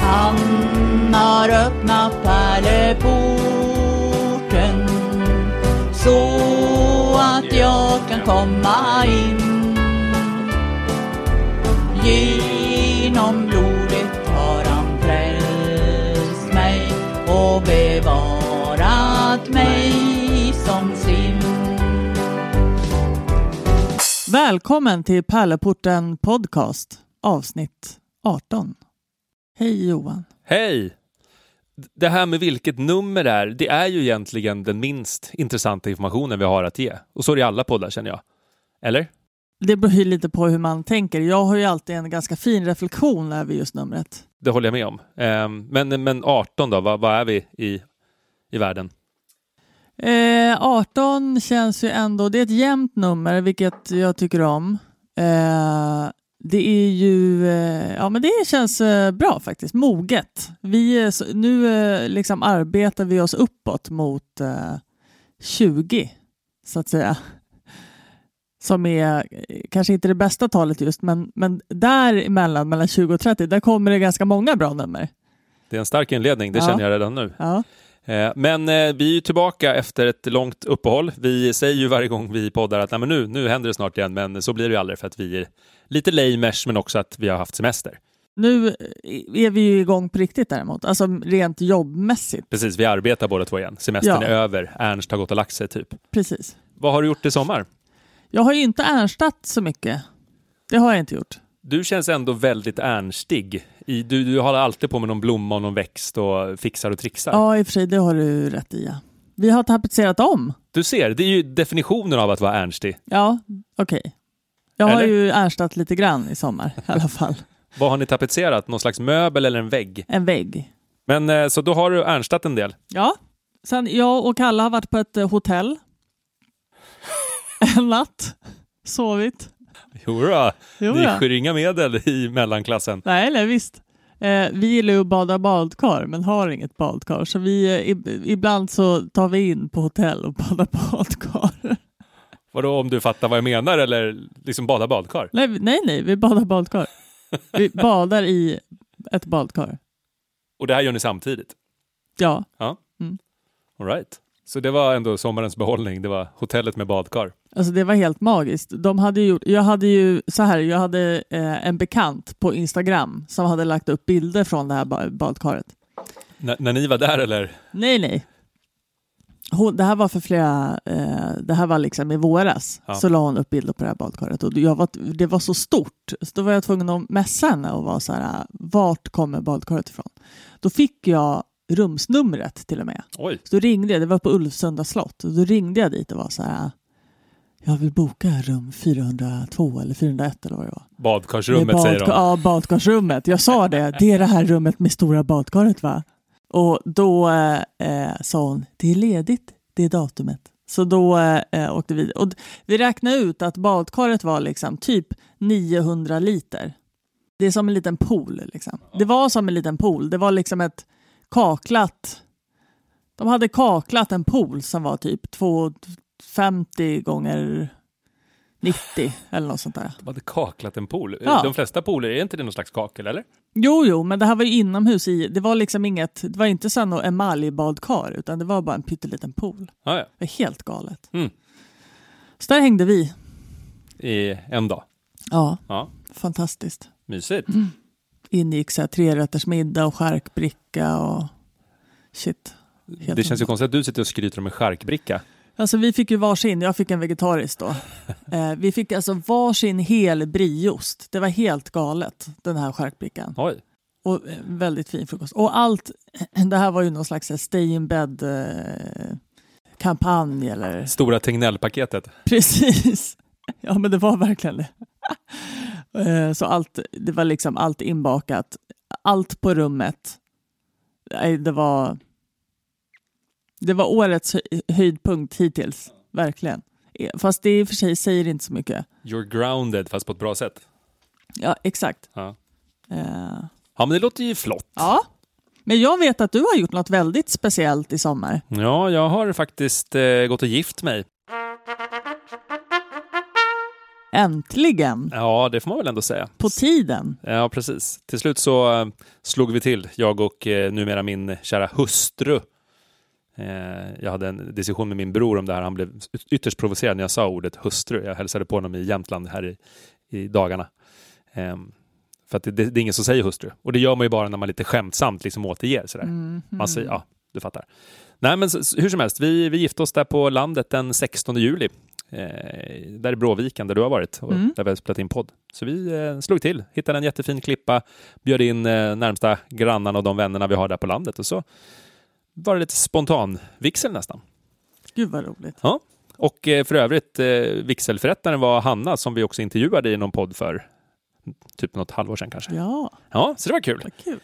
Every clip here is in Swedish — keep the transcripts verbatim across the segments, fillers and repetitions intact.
Han har öppnat pärleporten så att jag kan komma in. Genom blodet har han frälst mig och bevarat mig som sin. Välkommen till Pärleporten podcast, avsnitt arton. Hej Johan. Hej! Det här med vilket nummer det är, det är ju egentligen den minst intressanta informationen vi har att ge. Och så är det i alla poddar, känner jag. Eller? Det beror ju lite på hur man tänker. Jag har ju alltid en ganska fin reflektion över just numret. Det håller jag med om. Um, men, men arton då, vad, vad är vi i, i världen? Eh, arton känns ju ändå, det är ett jämnt nummer, vilket jag tycker om. Eh, det är ju, eh, ja men det känns eh, bra faktiskt, moget. Vi är, nu eh, liksom arbetar vi oss uppåt mot eh, tjugo, så att säga. Som är kanske inte det bästa talet just, men, men däremellan, mellan tjugo och trettio, där kommer det ganska många bra nummer. Det är en stark inledning, det ja. känner jag redan nu. Ja. Men vi är ju tillbaka efter ett långt uppehåll. Vi säger ju varje gång vi poddar att nej, men nu, nu händer det snart igen, men så blir det ju aldrig för att vi är lite lamers, men också att vi har haft semester. Nu är vi ju igång på riktigt däremot, alltså rent jobbmässigt. Precis, vi arbetar båda två igen. Semestern ja. är över, Ernst har gått och lagt sig typ. Precis. Vad har du gjort i sommar? Jag har ju inte ernstat så mycket. Det har jag inte gjort. Du känns ändå väldigt ernstig. I, du, du håller alltid på med någon blomma och någon växt och fixar och trixar. Ja, i och för sig, det har du rätt i. Ja. Vi har tapetserat om. Du ser, det är ju definitionen av att vara ernstig. Ja, okej. Okay. Jag eller? har ju ernstat lite grann i sommar i alla fall. Vad har ni tapetserat? Någon slags möbel eller en vägg? En vägg. Men så då har du ernstat en del? Ja. Sen jag och Kalle har varit på ett hotell. En natt. Sovit. Jodå, Jodå. Ni skyr inga medel i mellanklassen. Nej, nej visst. Eh, vi gillar ju att bada badkar, men har inget badkar. Så vi, eh, ibland så tar vi in på hotell och badar badkar. Vadå, om du fattar vad jag menar, eller liksom bada badkar? Nej, nej, nej, vi badar badkar. Vi badar i ett badkar. Och det här gör ni samtidigt? Ja. Ja. Mm. All right. Så det var ändå sommarens behållning, det var hotellet med badkar. Alltså det var helt magiskt. De hade gjort, jag hade ju så här, jag hade eh, en bekant på Instagram som hade lagt upp bilder från det här badkaret. N- när ni var där eller? Nej, nej. Hon, det här var för flera, eh, det här var liksom i våras. Ja. Så la hon upp bilder på det här badkaret. Och jag var, det var så stort. Så då var jag tvungen att mässa henne och vara så här, vart kommer badkaret ifrån? Då fick jag rumsnumret till och med. Oj. Så då ringde jag, det var på Ulvsunda slott. Och då ringde jag dit och var så här, jag vill boka rum fyrahundratvå eller fyrahundraett eller vad det var. Badkarsrummet badka- säger de. Ja, badkarsrummet. Jag sa det. Det är det här rummet med stora badkaret, va? Och då eh, sa hon, det är ledigt, det är datumet. Så då eh, åkte vi. Och vi räknade ut att badkaret var liksom typ niohundra liter. Det är som en liten pool liksom. Det var som en liten pool. Det var liksom ett kaklat. De hade kaklat en pool som var typ tvåhundrafemtio gånger nittio eller något sånt där. De hade kaklat en pool. Ja. De flesta pooler, är inte det någon slags kakel, eller? Jo, jo, men det här var ju inomhus i. Det var liksom inget, det var inte så något emaljbadkar, utan det var bara en pytteliten pool. Ah, ja. Det var helt galet. Mm. Så där hängde vi. I en dag? Ja, ja. Fantastiskt. Mysigt. Mm. Ingick så här trerättersmiddag och charkbricka och shit. Helt det känns ju konstigt att du sitter och skryter om en charkbricka. Alltså vi fick ju varsin, jag fick en vegetarisk då. eh, vi fick alltså varsin hel briost. Det var helt galet, den här charkbrickan. Oj. Och eh, väldigt fin frukost. Och allt, det här var ju någon slags stay in bed eh, kampanj eller... Stora Tegnell-paketet. Precis. Ja, men det var verkligen det. eh, så allt, det var liksom allt inbakat. Allt på rummet. Nej, det var... Det var årets höjdpunkt hittills, verkligen. Fast det i och för sig säger inte så mycket. You're grounded, fast på ett bra sätt. Ja, exakt. Ja, Uh, ja men det låter ju flott. ja, men jag vet att du har gjort något väldigt speciellt i sommar. Ja, jag har faktiskt eh, gått och gift mig. Äntligen! Ja, det får man väl ändå säga. På tiden. Ja, precis. Till slut så uh, slog vi till, jag och uh, numera min kära hustru. Uh, jag hade en diskussion med min bror om det här. Han blev ytterst provocerad när jag sa ordet hustru. Jag hälsade på honom i Jämtland här i, i dagarna. Um, för att det, det, det är ingen som säger hustru. Och det gör man ju bara när man lite skämtsamt liksom återger sådär. Mm, mm. Man säger, ja, du fattar. Nej, men så, hur som helst, vi, vi gifte oss där på landet den sextonde juli. Eh, där i Bråviken där du har varit och mm. där vi har spelat in podd. Så vi eh, slog till, hittade en jättefin klippa, bjöd in eh, närmsta grannarna och de vännerna vi har där på landet och så var det lite spontan vigsel nästan. Gud vad roligt. Ja, och eh, för övrigt eh, vigselförrättaren var Hanna som vi också intervjuade i någon podd för typ något halvår sedan kanske. Ja. Ja, så det var kul. Vad kul.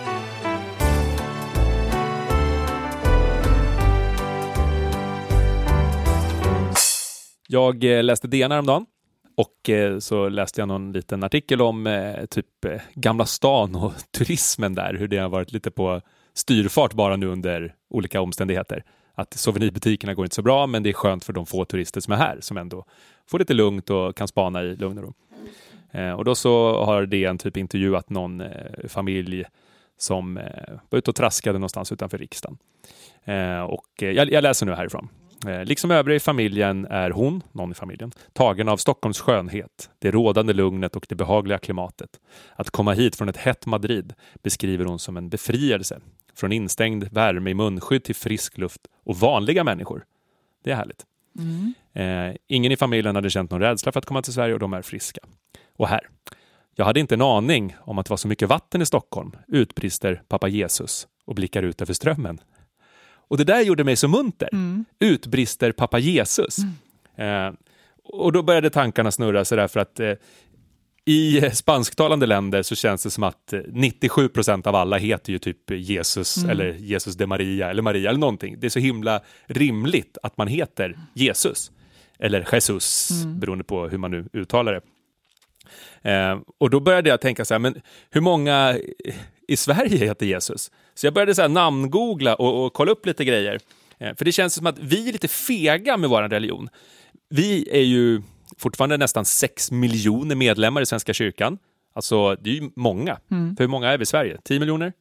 Jag läste D N häromdagen och så läste jag någon liten artikel om eh, typ Gamla stan och turismen där. Hur det har varit lite på styrfart bara nu under olika omständigheter. Att souvenirbutikerna går inte så bra, men det är skönt för de få turister som är här som ändå får lite lugnt och kan spana i lugn och ro. Eh, och då så har D N typ intervjuat någon eh, familj som eh, var ute och traskade någonstans utanför riksdagen. Eh, och eh, jag, jag läser nu härifrån. Liksom övriga i familjen är hon, någon i familjen, tagen av Stockholms skönhet, det rådande lugnet och det behagliga klimatet. Att komma hit från ett hett Madrid beskriver hon som en befrielse. Från instängd värme i munskydd till frisk luft och vanliga människor. Det är härligt. Mm. Eh, ingen i familjen hade känt någon rädsla för att komma till Sverige och de är friska. Och här. Jag hade inte en aning om att det var så mycket vatten i Stockholm, utbrister pappa Jesus och blickar ut över strömmen. Och det där gjorde mig så munter. Mm. Utbrister pappa Jesus. Mm. Eh, och då började tankarna snurra så där för att eh, i spansktalande länder så känns det som att nittiosju procent av alla heter ju typ Jesus mm. eller Jesus de Maria eller Maria eller någonting. Det är så himla rimligt att man heter Jesus eller Jesus mm. beroende på hur man nu uttalar det. Eh, och då började jag tänka så här, men hur många i Sverige heter Jesus? Så jag började så här namngoogla och, och kolla upp lite grejer. Eh, för det känns som att vi är lite fega med vår religion. Vi är ju fortfarande nästan sex miljoner medlemmar i Svenska kyrkan. Alltså det är ju många. Mm. För hur många är vi i Sverige? tio miljoner?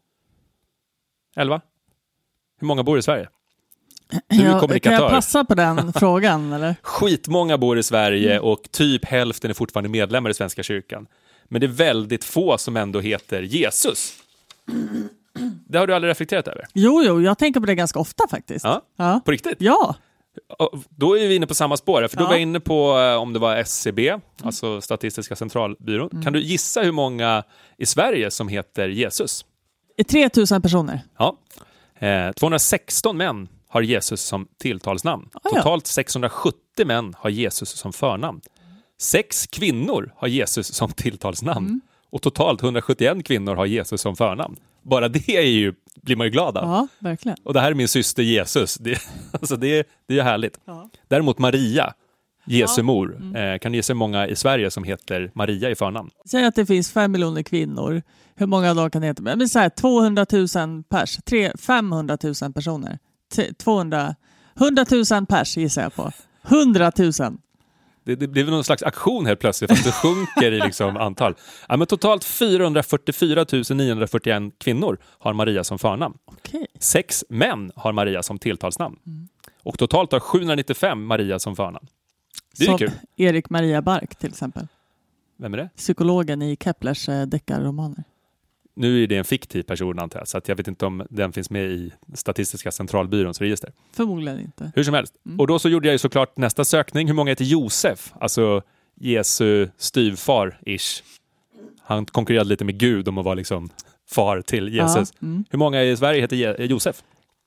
elva? Hur många bor i Sverige? Du är kommunikatör. Kan jag passa på den frågan? Eller? Skitmånga bor i Sverige mm. och typ hälften är fortfarande medlemmar i Svenska kyrkan. Men det är väldigt få som ändå heter Jesus. Det har du aldrig reflekterat över? Jo, jo, jag tänker på det ganska ofta faktiskt. Ja, ja. På riktigt? Ja. Då är vi inne på samma spår. För då ja. var jag inne på om det var S C B, mm. alltså Statistiska centralbyrån. Mm. Kan du gissa hur många i Sverige som heter Jesus? tre tusen personer. Ja. Eh, tvåhundrasexton män har Jesus som tilltalsnamn. Ah, ja. Totalt sexhundrasjuttio män har Jesus som förnamn. Sex kvinnor har Jesus som tilltalsnamn. Mm. Och totalt hundrasjuttioen kvinnor har Jesus som förnamn. Bara det är ju, blir man ju glad av. Ja, verkligen. Och det här är min syster Jesus. Det, alltså det, det är ju härligt. Ja. Däremot Maria, Jesu ja. mor. Mm. Eh, kan du gissa hur många i Sverige som heter Maria i förnamn? Säg att det finns fem miljoner kvinnor. Hur många då kan det heta? Men så här, tvåhundratusen pers. Tre, femhundratusen personer. T- tvåhundra, hundratusen pers gissar jag på. hundratusen. Det, det blir någon slags aktion här plötsligt fast det sjunker i liksom antal. Ja, men totalt fyrahundrafyrtiofyra tusen niohundrafyrtioen kvinnor har Maria som förnamn. Okay. Sex män har Maria som tilltalsnamn. Mm. Och totalt har sjuhundranittiofem Maria som förnamn. Det är som kul. Erik Maria Bark till exempel. Vem är det? Psykologen i Keplers eh, deckarromaner. Nu är det en fiktiv person antar jag, så att jag vet inte om den finns med i Statistiska centralbyråns register. Förmodligen inte. Hur som helst. Mm. Och då så gjorde jag ju såklart nästa sökning. Hur många heter Josef? Alltså Jesu styvfar-ish. Han konkurrerade lite med Gud om att vara liksom far till Jesus. Ja, mm. Hur många i Sverige heter Je- Josef?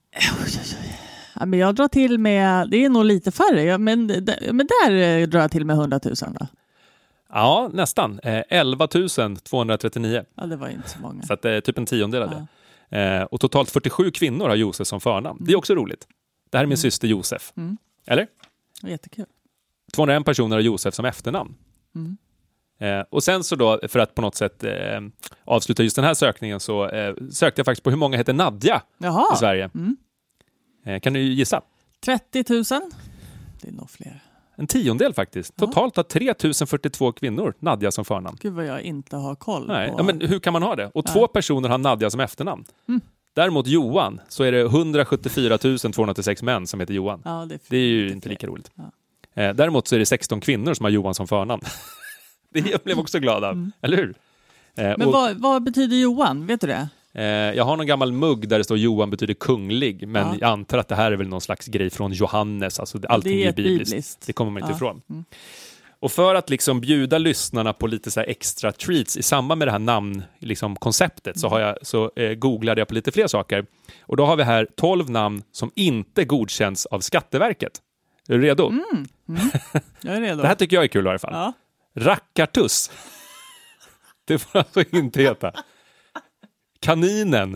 Ja, men jag drar till med, det är nog lite färre, men, men där drar jag till med hundratusen då. Ja, nästan. Eh, elva tusen tvåhundratrettionio. Ja, det var inte så många. Så att det är typ en tiondel av det. Eh, och totalt fyrtiosju kvinnor har Josef som förnamn. Mm. Det är också roligt. Det här är min mm. syster Josef. Mm. Eller? Jättekul. tvåhundraen personer har Josef som efternamn. Mm. Eh, och sen så då, för att på något sätt eh, avsluta just den här sökningen så eh, sökte jag faktiskt på hur många heter Nadja Jaha. i Sverige. Mm. Eh, kan du gissa? trettio tusen. Det är nog fler. en tiondel faktiskt. Ja. Totalt har tre tusen fyrtiotvå kvinnor Nadja som förnamn. Gud vad jag inte har koll Nej. på. Ja, men hur kan man ha det? Och Nej. två personer har Nadja som efternamn. Mm. Däremot Johan, så är det hundrasjuttiofyra tusen tvåhundraåttiosex män som heter Johan. Ja, det, är Det är ju inte inte lika roligt. Ja. Eh, däremot så är det sexton kvinnor som har Johan som förnamn. Det blev också glad av, Mm. eller hur? Eh, Men och, vad, vad betyder Johan? Vet du det? eh, jag har någon gammal mugg där det står Johan betyder kunglig, men Ja. jag antar att det här är väl någon slags grej från Johannes. Alltså, allting det är är ett bibliskt. bibliskt. Det kommer man inte Ja. ifrån. Mm. Och för att liksom bjuda lyssnarna på lite så här extra treats i samband med det här namnkonceptet liksom, konceptet, så, har jag, så eh, googlade jag på lite fler saker. Och då har vi här tolv namn som inte godkänns av Skatteverket. Är du redo? Mm. Mm. Jag är redo. Det här tycker jag är kul i alla fall. Ja. Rackartuss. Det får alltså inte heta. Kaninen.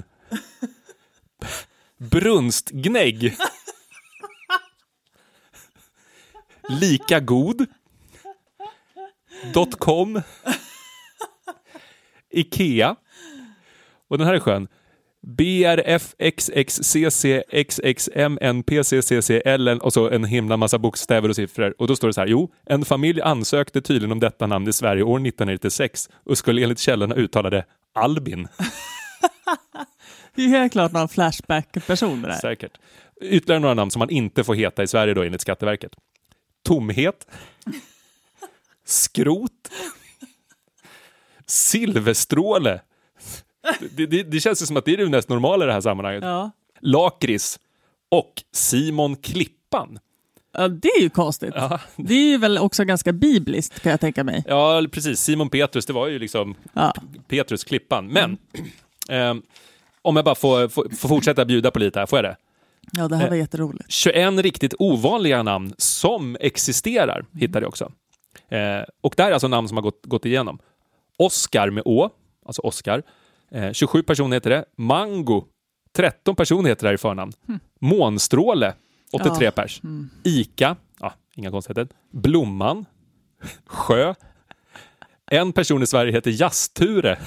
Brunstgnägg. Lika god. .com. Ikea. Och den här är skön. B R F X X C C X X M N P C C C L N och så en himla massa bokstäver och siffror. Och då står det så här, jo, en familj ansökte tydligen om detta namn i Sverige år nittonhundranittiosex och skulle enligt källorna uttala det Albin. Det är helt klart någon Flashback-person det där. Säkert. Ytterligare några namn som man inte får heta i Sverige då enligt Skatteverket. Tomhet. Skrot. Silverstråle. Det, det, det känns ju som att det är det mest normala i det här sammanhanget. Ja. Lakris och Simon Klippan. Ja, det är ju konstigt. Ja. Det är ju väl också ganska bibliskt, kan jag tänka mig. Ja, precis. Simon Petrus, det var ju liksom Ja. Petrus Klippan. Men eh, om jag bara får, får, får fortsätta bjuda på lite här, får jag det? Ja, det här var jätteroligt. tjugoett riktigt ovanliga namn som existerar, mm. hittade jag också. Eh, och där är alltså namn som har gått, gått igenom. Oscar med Å, alltså Oscar. Eh, tjugosju personer heter det. Mango, tretton personer heter det här i förnamn. Mm. Månstråle, åttiotre ja. pers. Mm. Ica, ja, inga konstigheter. Blomman, Sjö. En person i Sverige heter Jassture.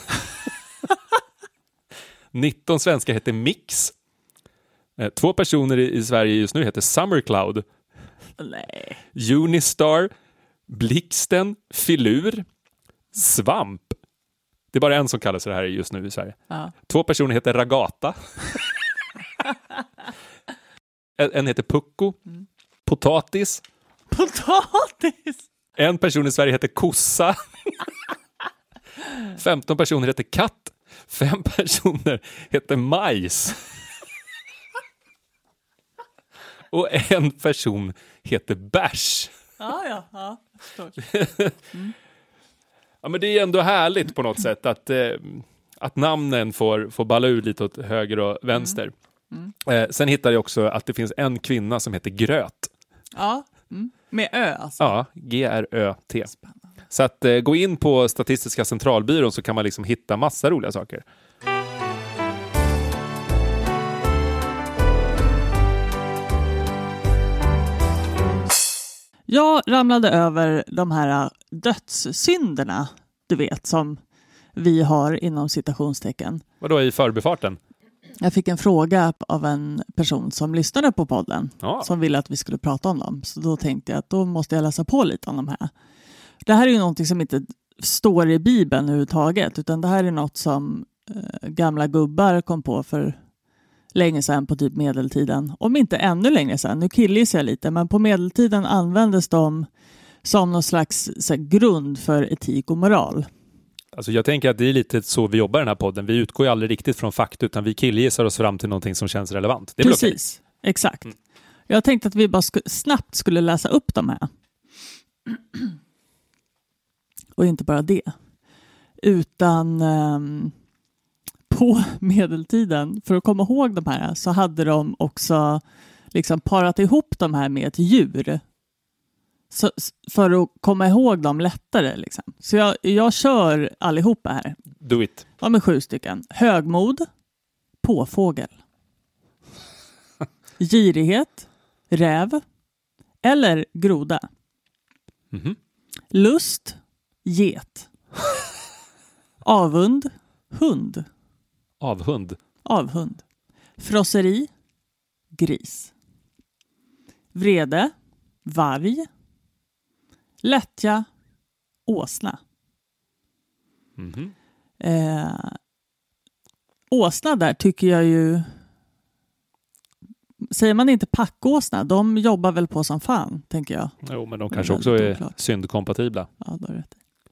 nitton svenskar heter Mix. Eh, två personer i, i Sverige just nu heter Summercloud. Nej. Unistar, Blixten, Filur, Svamp. Det är bara en som kallar sig det här just nu i Sverige. Ja. Två personer heter Ragata. en, en heter Pucko. Mm. Potatis. Potatis? En person i Sverige heter Kossa. femton personer heter Katt. Fem personer heter Majs. Och en person heter Bärs. Ja, ja, ja. Mm. Ja, men det är ändå härligt på något sätt att, eh, att namnen får, får balla ur lite åt höger och vänster. Mm. Mm. Eh, sen hittade jag också att det finns en kvinna som heter Gröt. Ja, mm. Med Ö alltså. Ja, G R Ö T. Spännande. Så att eh, gå in på Statistiska centralbyrån så kan man liksom hitta massa roliga saker. Jag ramlade över de här dödssynderna, du vet, som vi har inom citationstecken. Vadå i förbifarten? Jag fick en fråga av en person som lyssnade på podden ja. som ville att vi skulle prata om dem. Så då tänkte jag att då måste jag läsa på lite om de här. Det här är ju någonting som inte står i Bibeln överhuvudtaget, utan det här är något som eh, gamla gubbar kom på för länge sedan på typ medeltiden. Om inte ännu längre sedan. Nu killgissar jag lite, men på medeltiden användes de som någon slags så här, grund för etik och moral. Alltså jag tänker att det är lite så vi jobbar i den här podden. Vi utgår ju aldrig riktigt från fakta utan vi killgissar oss fram till någonting som känns relevant. Det är precis, okay. Exakt. Mm. Jag tänkte att vi bara sk- snabbt skulle läsa upp de här. Och inte bara det. Utan um, på medeltiden, för att komma ihåg de här, så hade de också liksom parat ihop de här med ett djur. Så, för att komma ihåg dem lättare. Liksom. Så jag, jag kör allihopa här. Do it. De är sju stycken. Högmod, påfågel. Girighet, räv. Eller groda. Mm-hmm. Lust, get. Avund, hund. Avhund. Avhund. Frosseri, gris. Vrede, varg. lättja, åsna. Mhm. Eh, åsna där tycker jag ju... Säger man inte packåsna? De jobbar väl på som fan, tänker jag. Jo, men de kanske också är oklart. Syndkompatibla. Ja, då är det rätt.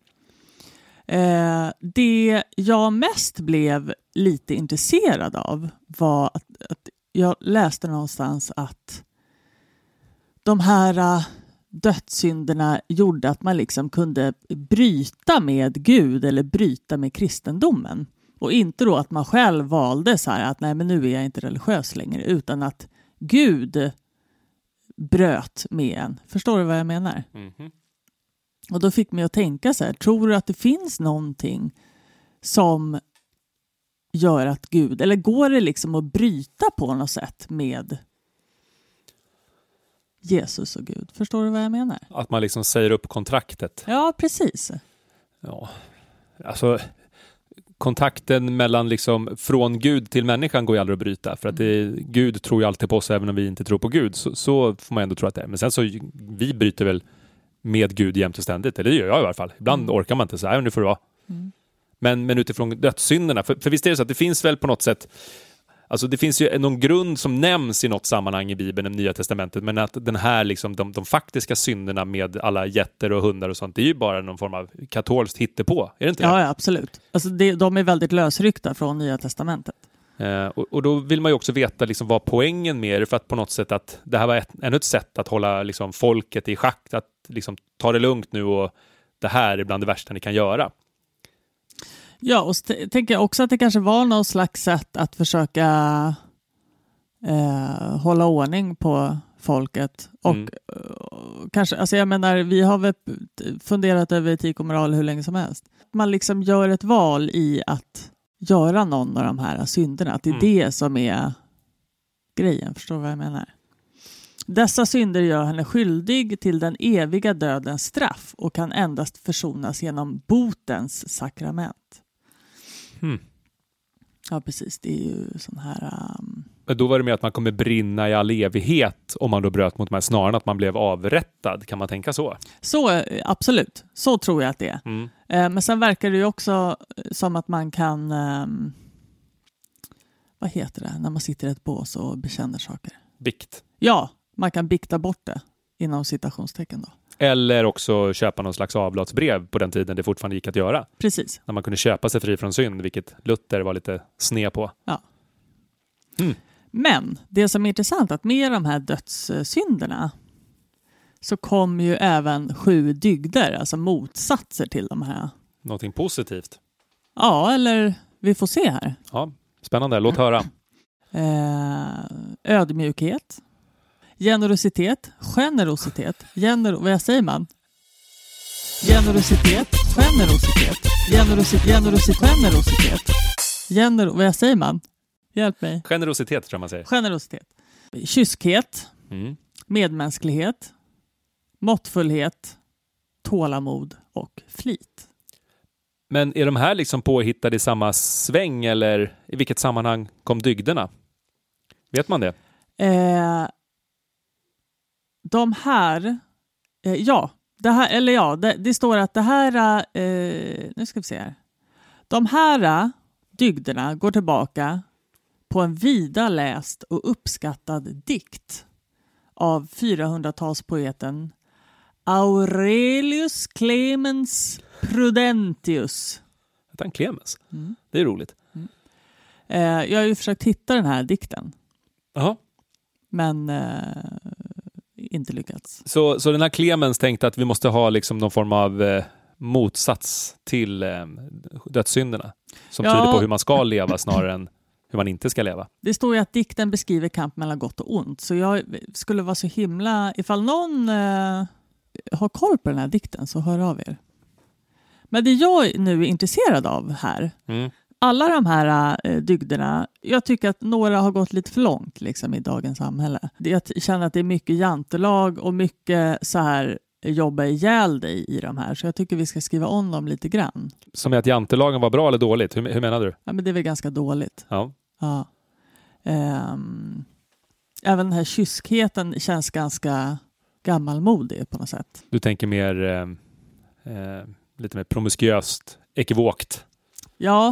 Eh, det jag mest blev lite intresserad av var att, att jag läste någonstans att de här uh, dödssynderna gjorde att man liksom kunde bryta med Gud eller bryta med kristendomen. Och inte då att man själv valde så här att nej, men nu är jag inte religiös längre, utan att Gud bröt med en. Förstår du vad jag menar? Mhm. Och då fick mig att tänka så här, tror du att det finns någonting som gör att Gud, eller går det liksom att bryta på något sätt med Jesus och Gud? Förstår du vad jag menar? Att man liksom säger upp kontraktet. Ja, precis. Ja, alltså kontakten mellan liksom från Gud till människan går ju aldrig att bryta, för att det, Gud tror ju alltid på oss även om vi inte tror på Gud, så, så får man ändå tro att det är. Men sen så vi bryter väl med Gud jämt och ständigt, eller det gör jag i alla fall. Ibland mm. orkar man inte så här, nu får det vara. Mm. Men, men utifrån dödssynderna, för, för visst är det så att det finns väl på något sätt, alltså det finns ju någon grund som nämns i något sammanhang i Bibeln, i Nya Testamentet, men att den här liksom, de, de faktiska synderna med alla jätter och hundar och sånt, det är ju bara någon form av katolskt hittepå, är det inte det? Ja, ja absolut. Alltså det, de är väldigt lösryckta från Nya Testamentet. Eh, och, och då vill man ju också veta liksom vad poängen med det, för att på något sätt att det här var ett, ännu ett sätt att hålla liksom folket i schack, att liksom ta det lugnt nu och det här är bland det värsta ni kan göra. Ja, och st- tänker jag också att det kanske var någon slags sätt att försöka eh, hålla ordning på folket. Och Mm. eh, kanske, alltså jag menar, vi har väl funderat över etik och moral hur länge som helst. Man liksom gör ett val i att göra någon av de här synderna. Att det är Mm. det som är grejen, förstår du vad jag menar? Dessa synder gör henne skyldig till den eviga dödens straff och kan endast försonas genom botens sakrament. Mm. Ja, precis. Det är ju sån här... Um... Då var det med att man kommer brinna i all evighet om man då bröt mot de här, snarare än att man blev avrättad. Kan man tänka så? Så, absolut. Så tror jag att det är. Mm. Eh, men sen verkar det ju också som att man kan... Um... Vad heter det? När man sitter i ett bås och bekänner saker. Bikt. Ja, man kan bikta bort det inom citationstecken då. Eller också köpa någon slags avlatsbrev på den tiden det fortfarande gick att göra. Precis. När man kunde köpa sig fri från synd, vilket Luther var lite sned på. Ja. Mm. Men det som är intressant är att med de här dödssynderna så kom ju även sju dygder, alltså motsatser till de här. Någonting positivt. Ja, eller vi får se här. Ja, spännande. Låt höra. Eh, ödmjukhet, generositet, generositet, gener- vad säger man? Generositet, generositet, generositet, generositet, generositet, gener- vad säger man? Hjälp mig. Generositet tror jag man säger. Generositet. Kyskhet, Mm. medmänsklighet, måttfullhet, tålamod och flit. Men är de här liksom påhittade i samma sväng, eller i vilket sammanhang kom dygderna? Vet man det? Eh, de här, eh, ja, det här, eller ja, det, det står att det här, eh, nu ska vi se här. De här dygderna går tillbaka på en vida läst och uppskattad dikt av fyrahundratalspoeten Aurelius Clemens Prudentius. Heter han Clemens? Mm. Det är roligt. Mm. Eh, jag har ju försökt hitta den här dikten. Jaha. Men eh, inte lyckats. Så, så den här Clemens tänkte att vi måste ha liksom någon form av eh, motsats till eh, dödssynderna. Som Ja. tyder på hur man ska leva snarare än hur man inte ska leva. Det står ju att dikten beskriver kamp mellan gott och ont. Så jag skulle vara så himla... Ifall någon eh, har koll på den här dikten så hör av er. Men det jag nu är intresserad av här, Mm. alla de här eh, dygderna, jag tycker att några har gått lite för långt liksom, i dagens samhälle. Jag känner att det är mycket jantelag och mycket så här jobba ihjäl dig i de här. Så jag tycker vi ska skriva om dem lite grann. Som är att jantelagen var bra eller dåligt? Hur, hur menar du? Ja, men det är väl ganska dåligt. Ja. Ja. Um, även den här kyskheten känns ganska gammalmodig på något sätt. Du tänker mer eh, eh, lite mer promiskuöst, ekivokt. Ja.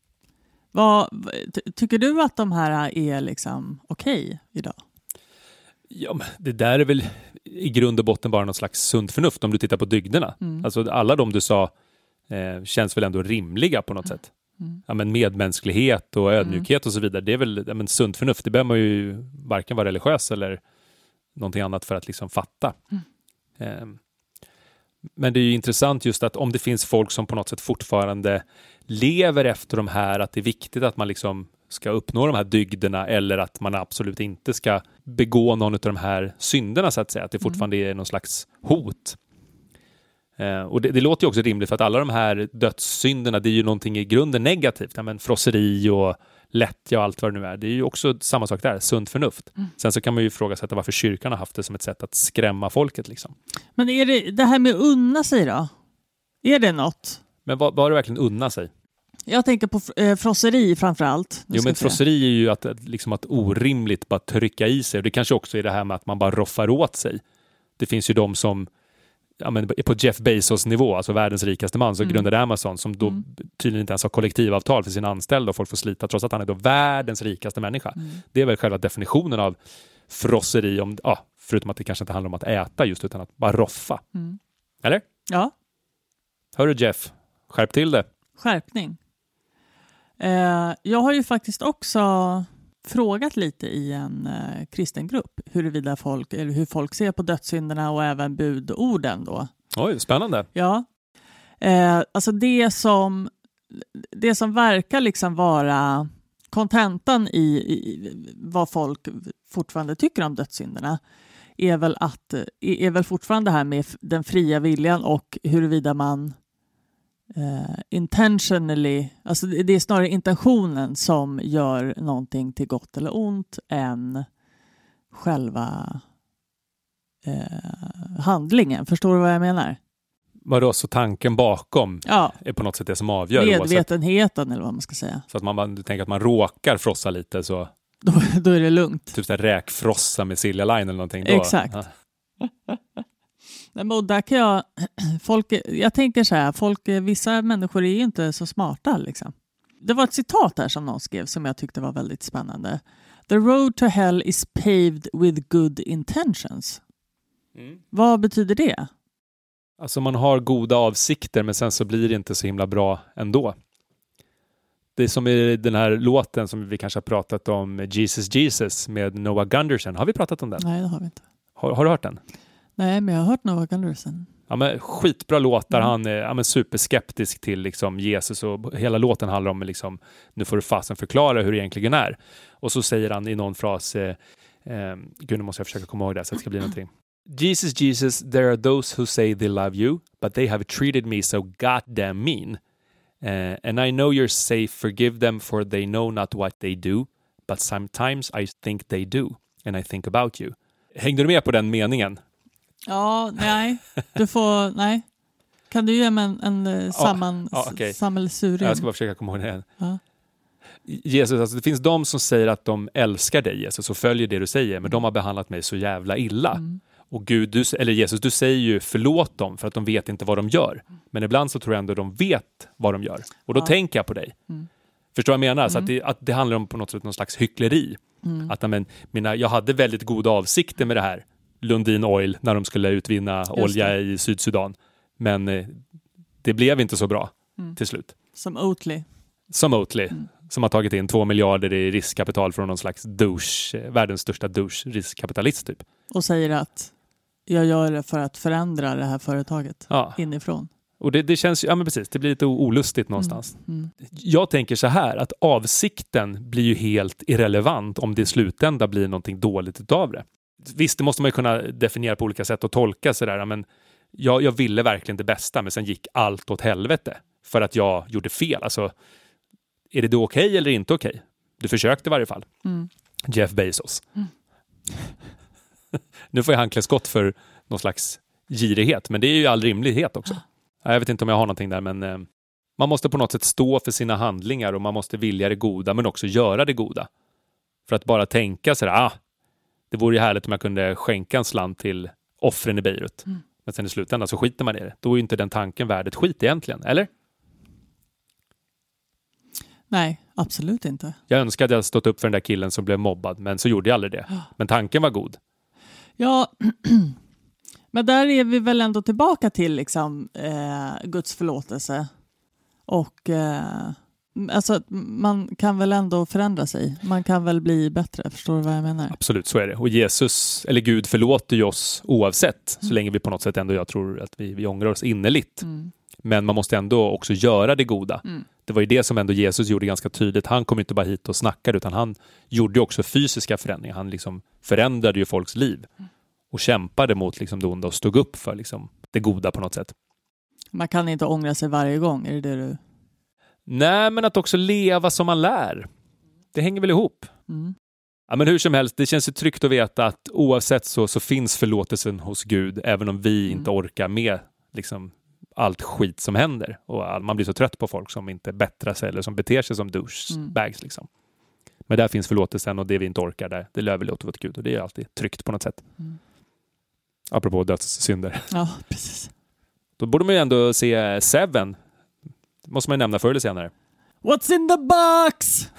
Vad, ty- tycker du att de här är liksom okej okay idag? Ja, men det där är väl i grund och botten bara någon slags sunt förnuft om du tittar på dygderna. Mm. Alltså alla de du sa eh, känns väl ändå rimliga på något mm. sätt. Mm. Ja, men medmänsklighet och ödmjukhet mm. och så vidare. Det är väl ja, men sunt förnuft. Det behöver man ju varken vara religiös eller någonting annat för att liksom fatta. Mm. Eh, men det är ju intressant just att om det finns folk som på något sätt fortfarande lever efter de här, att det är viktigt att man liksom ska uppnå de här dygderna eller att man absolut inte ska begå någon av de här synderna så att säga. Att det fortfarande är någon slags hot. Eh, och det, det låter ju också rimligt för att alla de här dödssynderna, det är ju någonting i grunden negativt. Ja, men frosseri och lättja och allt vad det nu är. Det är ju också samma sak där, sunt förnuft. Mm. Sen så kan man ju ifrågasätta varför kyrkan har haft det som ett sätt att skrämma folket liksom. Men är det det här med att unna sig då? Är det något? Men vad, vad har det verkligen unna sig? Jag tänker på eh, frosseri framförallt. Jo, men frosseri är ju att, liksom att orimligt bara trycka i sig. Och det kanske också är det här med att man bara roffar åt sig. Det finns ju de som ja, men är på Jeff Bezos nivå, alltså världens rikaste man, som mm. grundade Amazon, som då mm. tydligen inte ens har kollektivavtal för sina anställda och folk får slita trots att han är då världens rikaste människa. Mm. Det är väl själva definitionen av frosseri, om, ja, förutom att det kanske inte handlar om att äta just, utan att bara roffa. Mm. Eller? Ja. Hörru Jeff, skärp till det. Skärpning. Eh, jag har ju faktiskt också frågat lite i en eh, kristen grupp huruvida folk, eller hur folk ser på dödssynderna och även budorden då. Oj, spännande. Ja. Eh, alltså det som det som verkar liksom vara kontentan i, i vad folk fortfarande tycker om dödssynderna är väl att är väl fortfarande det här med den fria viljan och huruvida man Uh, intentionally, alltså det är snarare intentionen som gör någonting till gott eller ont än själva uh, handlingen. Förstår du vad jag menar? Vadå, så tanken bakom ja. är på något sätt det som avgör? Medvetenheten oavsett. Eller vad man ska säga. Så att man, du tänker att man råkar frossa lite så... Då, då är det lugnt. Typ såhär räkfrossa med Silja Line eller någonting. Då. Exakt. Ja. Men där kan jag, folk, jag tänker så här, folk, vissa människor är ju inte så smarta liksom. Det var ett citat här som någon skrev som jag tyckte var väldigt spännande. The road to hell is paved with good intentions. Mm. Vad betyder det? Alltså man har goda avsikter men sen så blir det inte så himla bra ändå. Det är som i den här låten som vi kanske har pratat om, Jesus Jesus med Noah Gunderson. Har vi pratat om den? Nej, det har vi inte. Har, har du hört den? Nej, men jag har hört Noah Gunderson. Ja, men skitbra låtar. Mm. Han är ja, men superskeptisk till liksom, Jesus och hela låten handlar om liksom, nu får du fasen förklara hur det egentligen är. Och så säger han i någon fras eh, eh, gud, nu måste jag försöka komma ihåg det så att det ska bli någonting. Jesus, Jesus, there are those who say they love you but they have treated me so goddamn mean. Uh, and I know you're safe, forgive them for they know not what they do but sometimes I think they do and I think about you. Hängde du med på den meningen? Ja, nej. Du får, nej. Kan du ge mig en, en samman, ja, okay. sammansuring? Jag ska bara försöka komma ihåg det igen. Ja. Jesus, alltså det finns de som säger att de älskar dig, Jesus, och följer det du säger, men mm. de har behandlat mig så jävla illa. Mm. Och Gud, du, eller Jesus, du säger ju förlåt dem för att de vet inte vad de gör. Men ibland så tror jag ändå de vet vad de gör. Och då ja. tänker jag på dig. Mm. Förstår vad jag menar? Mm. Så att det, att det handlar om på något sätt någon slags hyckleri. Mm. Att men, mina, jag hade väldigt goda avsikter med det här. Lundin Oil när de skulle utvinna Just olja det. i Sydsudan. Men eh, det blev inte så bra mm. till slut. Som Oatly. Som Oatly. Mm. Som har tagit in två miljarder i riskkapital från någon slags douche, världens största douche, riskkapitalist typ. Och säger att jag gör det för att förändra det här företaget ja. inifrån. Och det, det känns ja men precis, det blir lite olustigt någonstans. Mm. Mm. Jag tänker så här att avsikten blir ju helt irrelevant om det i slutända blir någonting dåligt utav det. Visst, det måste man ju kunna definiera på olika sätt och tolka sådär, men jag, jag ville verkligen det bästa, men sen gick allt åt helvete för att jag gjorde fel. Alltså, är det då okej okay eller inte okej? Okay? Du försökte i varje fall. Mm. Jeff Bezos. Mm. Nu får jag han klä skott för någon slags girighet, men det är ju all rimlighet också. Ah. Jag vet inte om jag har någonting där, men eh, man måste på något sätt stå för sina handlingar och man måste vilja det goda, men också göra det goda. För att bara tänka sådär, ah, det vore ju härligt om jag kunde skänka en slant till offren i Beirut. Mm. Men sen i slutändan så skiter man i det. Då är ju inte den tanken värd ett skit egentligen, eller? Nej, absolut inte. Jag önskade att jag stått upp för den där killen som blev mobbad, men så gjorde jag aldrig det. Men tanken var god. Ja, men där är vi väl ändå tillbaka till liksom, eh, Guds förlåtelse. Och eh, alltså, man kan väl ändå förändra sig. Man kan väl bli bättre, förstår du vad jag menar? Absolut, så är det. Och Jesus, eller Gud, förlåter ju oss oavsett. Mm. Så länge vi på något sätt ändå, jag tror att vi, vi ångrar oss innerligt. Mm. Men man måste ändå också göra det goda. Mm. Det var ju det som ändå Jesus gjorde ganska tydligt. Han kom inte bara hit och snackade, utan han gjorde också fysiska förändringar. Han liksom förändrade ju folks liv. Mm. Och kämpade mot liksom det onda och stod upp för liksom det goda på något sätt. Man kan inte ångra sig varje gång, är det det du... Nej, men att också leva som man lär. Det hänger väl ihop. Mm. Ja, men hur som helst, det känns ju tryggt att veta att oavsett så, så finns förlåtelsen hos Gud, även om vi mm. inte orkar med liksom allt skit som händer. Och man blir så trött på folk som inte bättrar sig eller som beter sig som douchebags. Mm. Liksom. Men där finns förlåtelsen, och det vi inte orkar där, det överlåter vi åt Gud. Och det är alltid tryggt på något sätt. Mm. Apropå dödssynder. Ja, precis. Då borde man ju ändå se Seven. Det måste man ju nämna förr eller senare. What's in the box?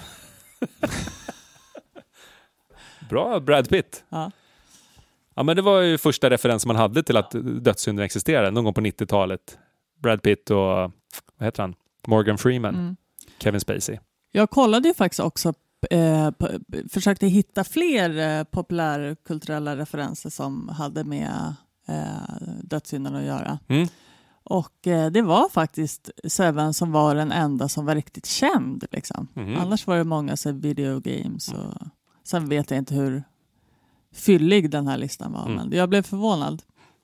Bra, Brad Pitt. Ja. Ja, men det var ju första referens man hade till att dödssynden existerar. Någon gång på nittiotalet. Brad Pitt och, vad heter han? Morgan Freeman. Mm. Kevin Spacey. Jag kollade ju faktiskt också, eh, på, försökte hitta fler eh, populärkulturella referenser som hade med eh, dödssynden att göra. Mm. Och eh, det var faktiskt Seven som var den enda som var riktigt känd. Liksom. Mm. Annars var det många så video games. Och, sen vet jag inte hur fyllig den här listan var. Mm. Men jag blev förvånad.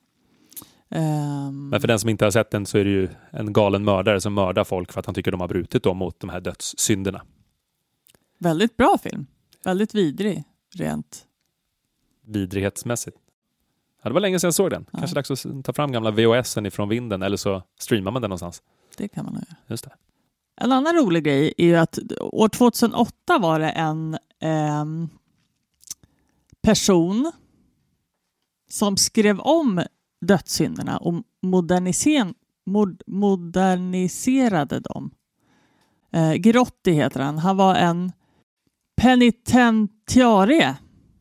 Um, men för den som inte har sett den så är det ju en galen mördare som mördar folk för att han tycker de har brutit dem mot de här dödssynderna. Väldigt bra film. Väldigt vidrig, rent. Vidrighetsmässigt. Ja, det var länge sedan jag såg den. Ja. Kanske dags att ta fram gamla V H S-en ifrån vinden, eller så streamar man den någonstans. Det kan man nog göra. Just det. En annan rolig grej är ju att år tjugohundraåtta var det en eh, person som skrev om dödssynderna och moderniser- mod- moderniserade dem. Eh, Girotti heter han. Han var en penitentiarie.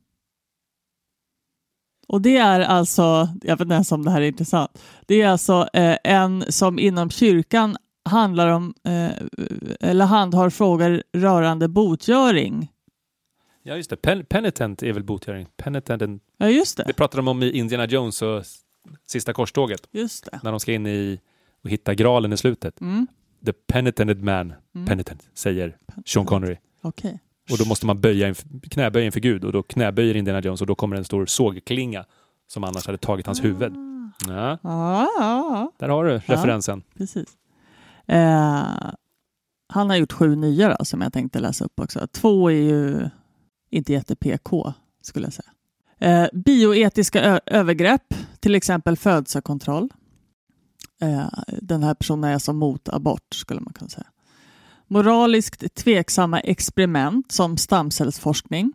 Och det är alltså, jag vet inte ens om det här är intressant, det är alltså eh, en som inom kyrkan handlar om, eh, eller handhar frågor rörande botgöring. Ja, just det. Pen- penitent är väl botgöring. Penitent. Ja, just det. Det pratade de om i Indiana Jones och Sista korståget. Just det. När de ska in i och hitta graalen i slutet. Mm. The penitent man, mm. penitent, säger penitent. Sean Connery. Okej. Okay. Och då måste man böja inf- knäböja inför Gud, och då knäböjer Indiana Jones, och då kommer en stor sågklinga som annars hade tagit hans ah. huvud. Ja. Ah, ah. Där har du referensen. Ja, precis. Eh, han har gjort sju nya då, som jag tänkte läsa upp också. Två är ju inte jätte-P K, skulle jag säga. Eh, bioetiska ö- övergrepp, till exempel födelsekontroll. Eh, den här personen är som mot abort, skulle man kunna säga. Moraliskt tveksamma experiment som stamcellsforskning.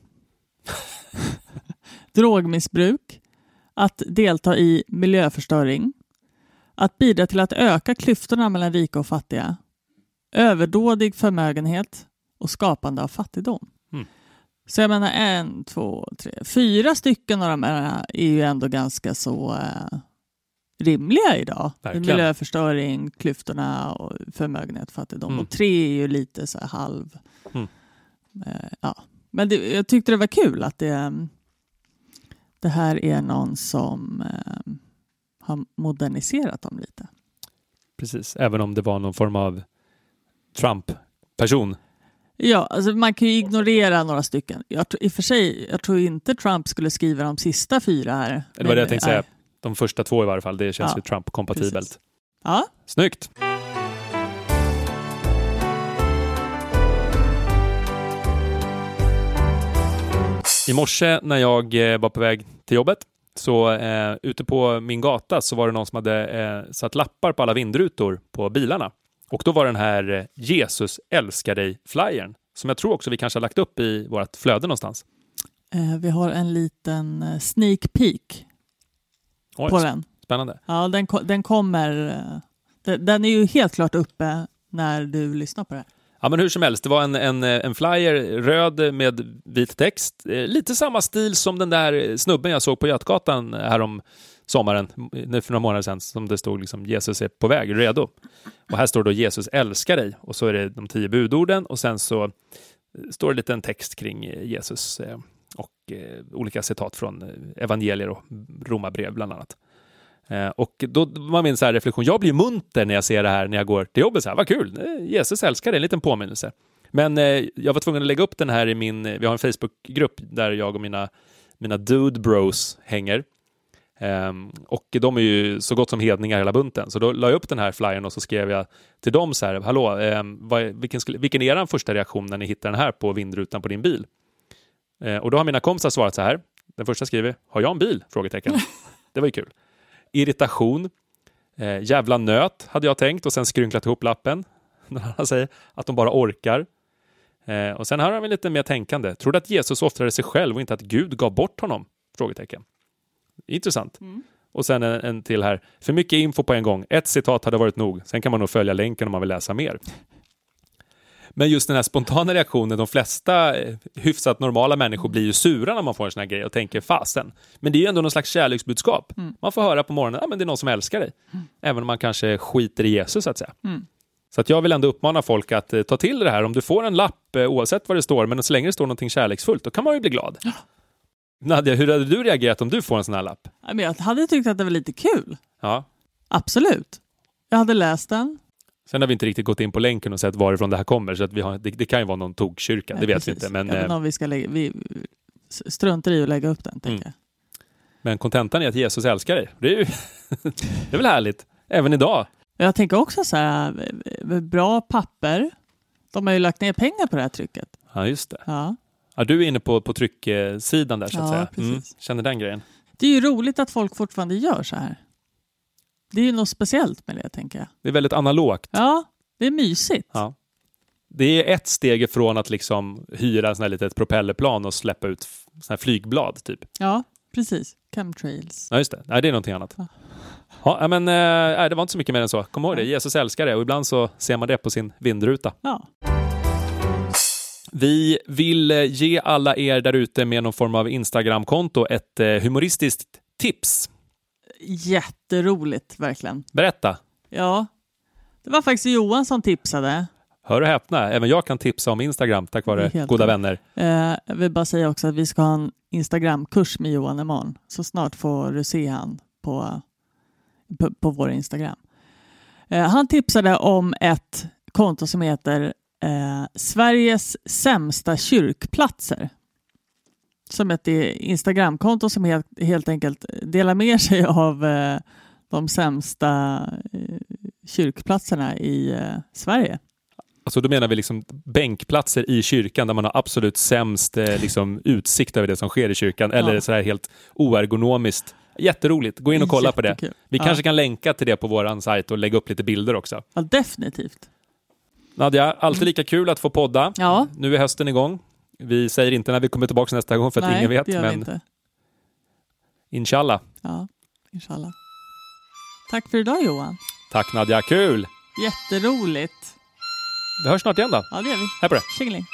Drogmissbruk. Att delta i miljöförstöring. Att bidra till att öka klyftorna mellan rika och fattiga. Överdådig förmögenhet och skapande av fattigdom. Mm. Så jag menar en, två, tre, fyra stycken av de här är ju ändå ganska så eh, rimliga idag. Verkligen. Miljöförstöring, klyftorna och förmögenhet och fattigdom. Mm. Och tre är ju lite så här halv. Mm. Eh, ja. Men det, jag tyckte det var kul att det, det här är någon som eh, har moderniserat dem lite. Precis, även om det var någon form av Trump-person. Ja, alltså man kan ju ignorera några stycken. Jag, I och för sig, jag tror inte Trump skulle skriva de sista fyra här. Det var det jag tänkte säga. De första två i varje fall, det känns ja, ju Trump-kompatibelt. Ja. Snyggt! I morse när jag var på väg till jobbet, så eh, ute på min gata så var det någon som hade eh, satt lappar på alla vindrutor på bilarna. Och då var den här Jesus älskar dig-flyern, som jag tror också vi kanske har lagt upp i vårt flöde någonstans. Eh, vi har en liten sneak peek. Oj, på den. Spännande. Ja, den, ko- den kommer... eh, Den, den är ju helt klart uppe när du lyssnar på det. Ja, men hur som helst, det var en, en, en flyer, röd med vit text. Eh, Lite samma stil som den där snubben jag såg på Götgatan här om sommaren, nu för några månader sedan, som det stod liksom Jesus är på väg, redo. Och här står då Jesus älskar dig, och så är det de tio budorden, och sen så står det lite en text kring Jesus eh, och eh, olika citat från evangelier och romarbrev bland annat. Eh, och då var min så här reflektion, jag blir munter när jag ser det här när jag går till jobbet, så här, vad kul, eh, Jesus älskar dig, en liten påminnelse. Men eh, jag var tvungen att lägga upp den här i min, vi har en Facebookgrupp där jag och mina, mina dude bros hänger. Um, och de är ju så gott som hedningar hela bunten. Så då la jag upp den här flyern och så skrev jag till dem så här, hallå, um, vad, vilken, skulle, vilken är er första reaktion när ni hittar den här på vindrutan på din bil? Uh, och då har mina kompisar svarat så här. Den första skriver, har jag en bil? Frågetecken. Det var ju kul. Irritation. Uh, jävla nöt hade jag tänkt, och sen skrynklat ihop lappen. Han säger att de bara orkar. Uh, och sen har han lite mer tänkande. Tror du att Jesus offrade sig själv och inte att Gud gav bort honom? Frågetecken. Intressant. Mm. Och sen en, en till här. För mycket info på en gång. Ett citat hade varit nog. Sen kan man nog följa länken om man vill läsa mer. Men just den här spontana reaktionen, de flesta hyfsat normala människor blir ju sura när man får en sån här grej och tänker fasen. Men det är ju ändå någon slags kärleksbudskap. Mm. Man får höra på morgonen, ja, men det är någon som älskar dig. Mm. Även om man kanske skiter i Jesus så att säga. Mm. Så att jag vill ändå uppmana folk att eh, ta till det här. Om du får en lapp, eh, oavsett vad det står, men så länge det står någonting kärleksfullt, då kan man ju bli glad. Ja. Nadja, hur hade du reagerat om du får en sån här lapp? Jag hade tyckt att det var lite kul. Ja. Absolut. Jag hade läst den. Sen har vi inte riktigt gått in på länken och sett varifrån det här kommer. Så att vi har, det, det kan ju vara någon tokyrka, det vet precis. Vi inte. Men, ja, men vi, ska lägga, vi struntar i att lägga upp den, tänker mm. jag. Men kontentan är att Jesus älskar dig. Det är ju det är väl härligt, även idag. Jag tänker också så här, bra papper. De har ju lagt ner pengar på det här trycket. Ja, just det. Ja. Ja, du är inne på, på trycksidan där så att ja, säga. Precis. Mm, känner den grejen. Det är ju roligt att folk fortfarande gör så här. Det är ju något speciellt med det, tänker jag. Det är väldigt analogt. Ja, det är mysigt. Ja. Det är ett steg ifrån att liksom hyra sån här litet propellerplan och släppa ut sån här flygblad typ. Ja, precis. Chemtrails. Ja, just det. Nej, det är någonting annat. Ja. Ja, men äh, det var inte så mycket mer än så. Kom ihåg det, Jesus älskar det och ibland så ser man det på sin vindruta. Ja. Vi vill ge alla er där ute med någon form av Instagram-konto ett eh, humoristiskt tips. Jätteroligt, verkligen. Berätta. Ja, det var faktiskt Johan som tipsade. Hör och häpna, även jag kan tipsa om Instagram tack vare goda vänner. Eh, jag vill bara säga också att vi ska ha en Instagram-kurs med Johan imorgon. Så snart får du se han på, på, på vår Instagram. Eh, han tipsade om ett konto som heter Eh, Sveriges sämsta kyrkplatser, som ett Instagramkonto som helt, helt enkelt delar med sig av eh, de sämsta eh, kyrkplatserna i eh, Sverige. Alltså då menar vi liksom bänkplatser i kyrkan där man har absolut sämst eh, liksom, utsikt över det som sker i kyrkan, ja. Eller så här helt oergonomiskt. Jätteroligt, gå in och kolla Jättekul. På det. Vi ja. kanske kan länka till det på våran sajt och lägga upp lite bilder också. Ja, definitivt. Nadja, alltid lika kul att få podda. Ja. Nu är hösten igång. Vi säger inte när vi kommer tillbaka nästa gång för att Nej, ingen vet. Det gör men vi inte. Inshallah. Ja, inshallah. Tack för idag, Johan. Tack Nadja, kul! Jätteroligt. Vi hörs snart igen då. Ja, det gör vi. Hej på det. Tjingeling.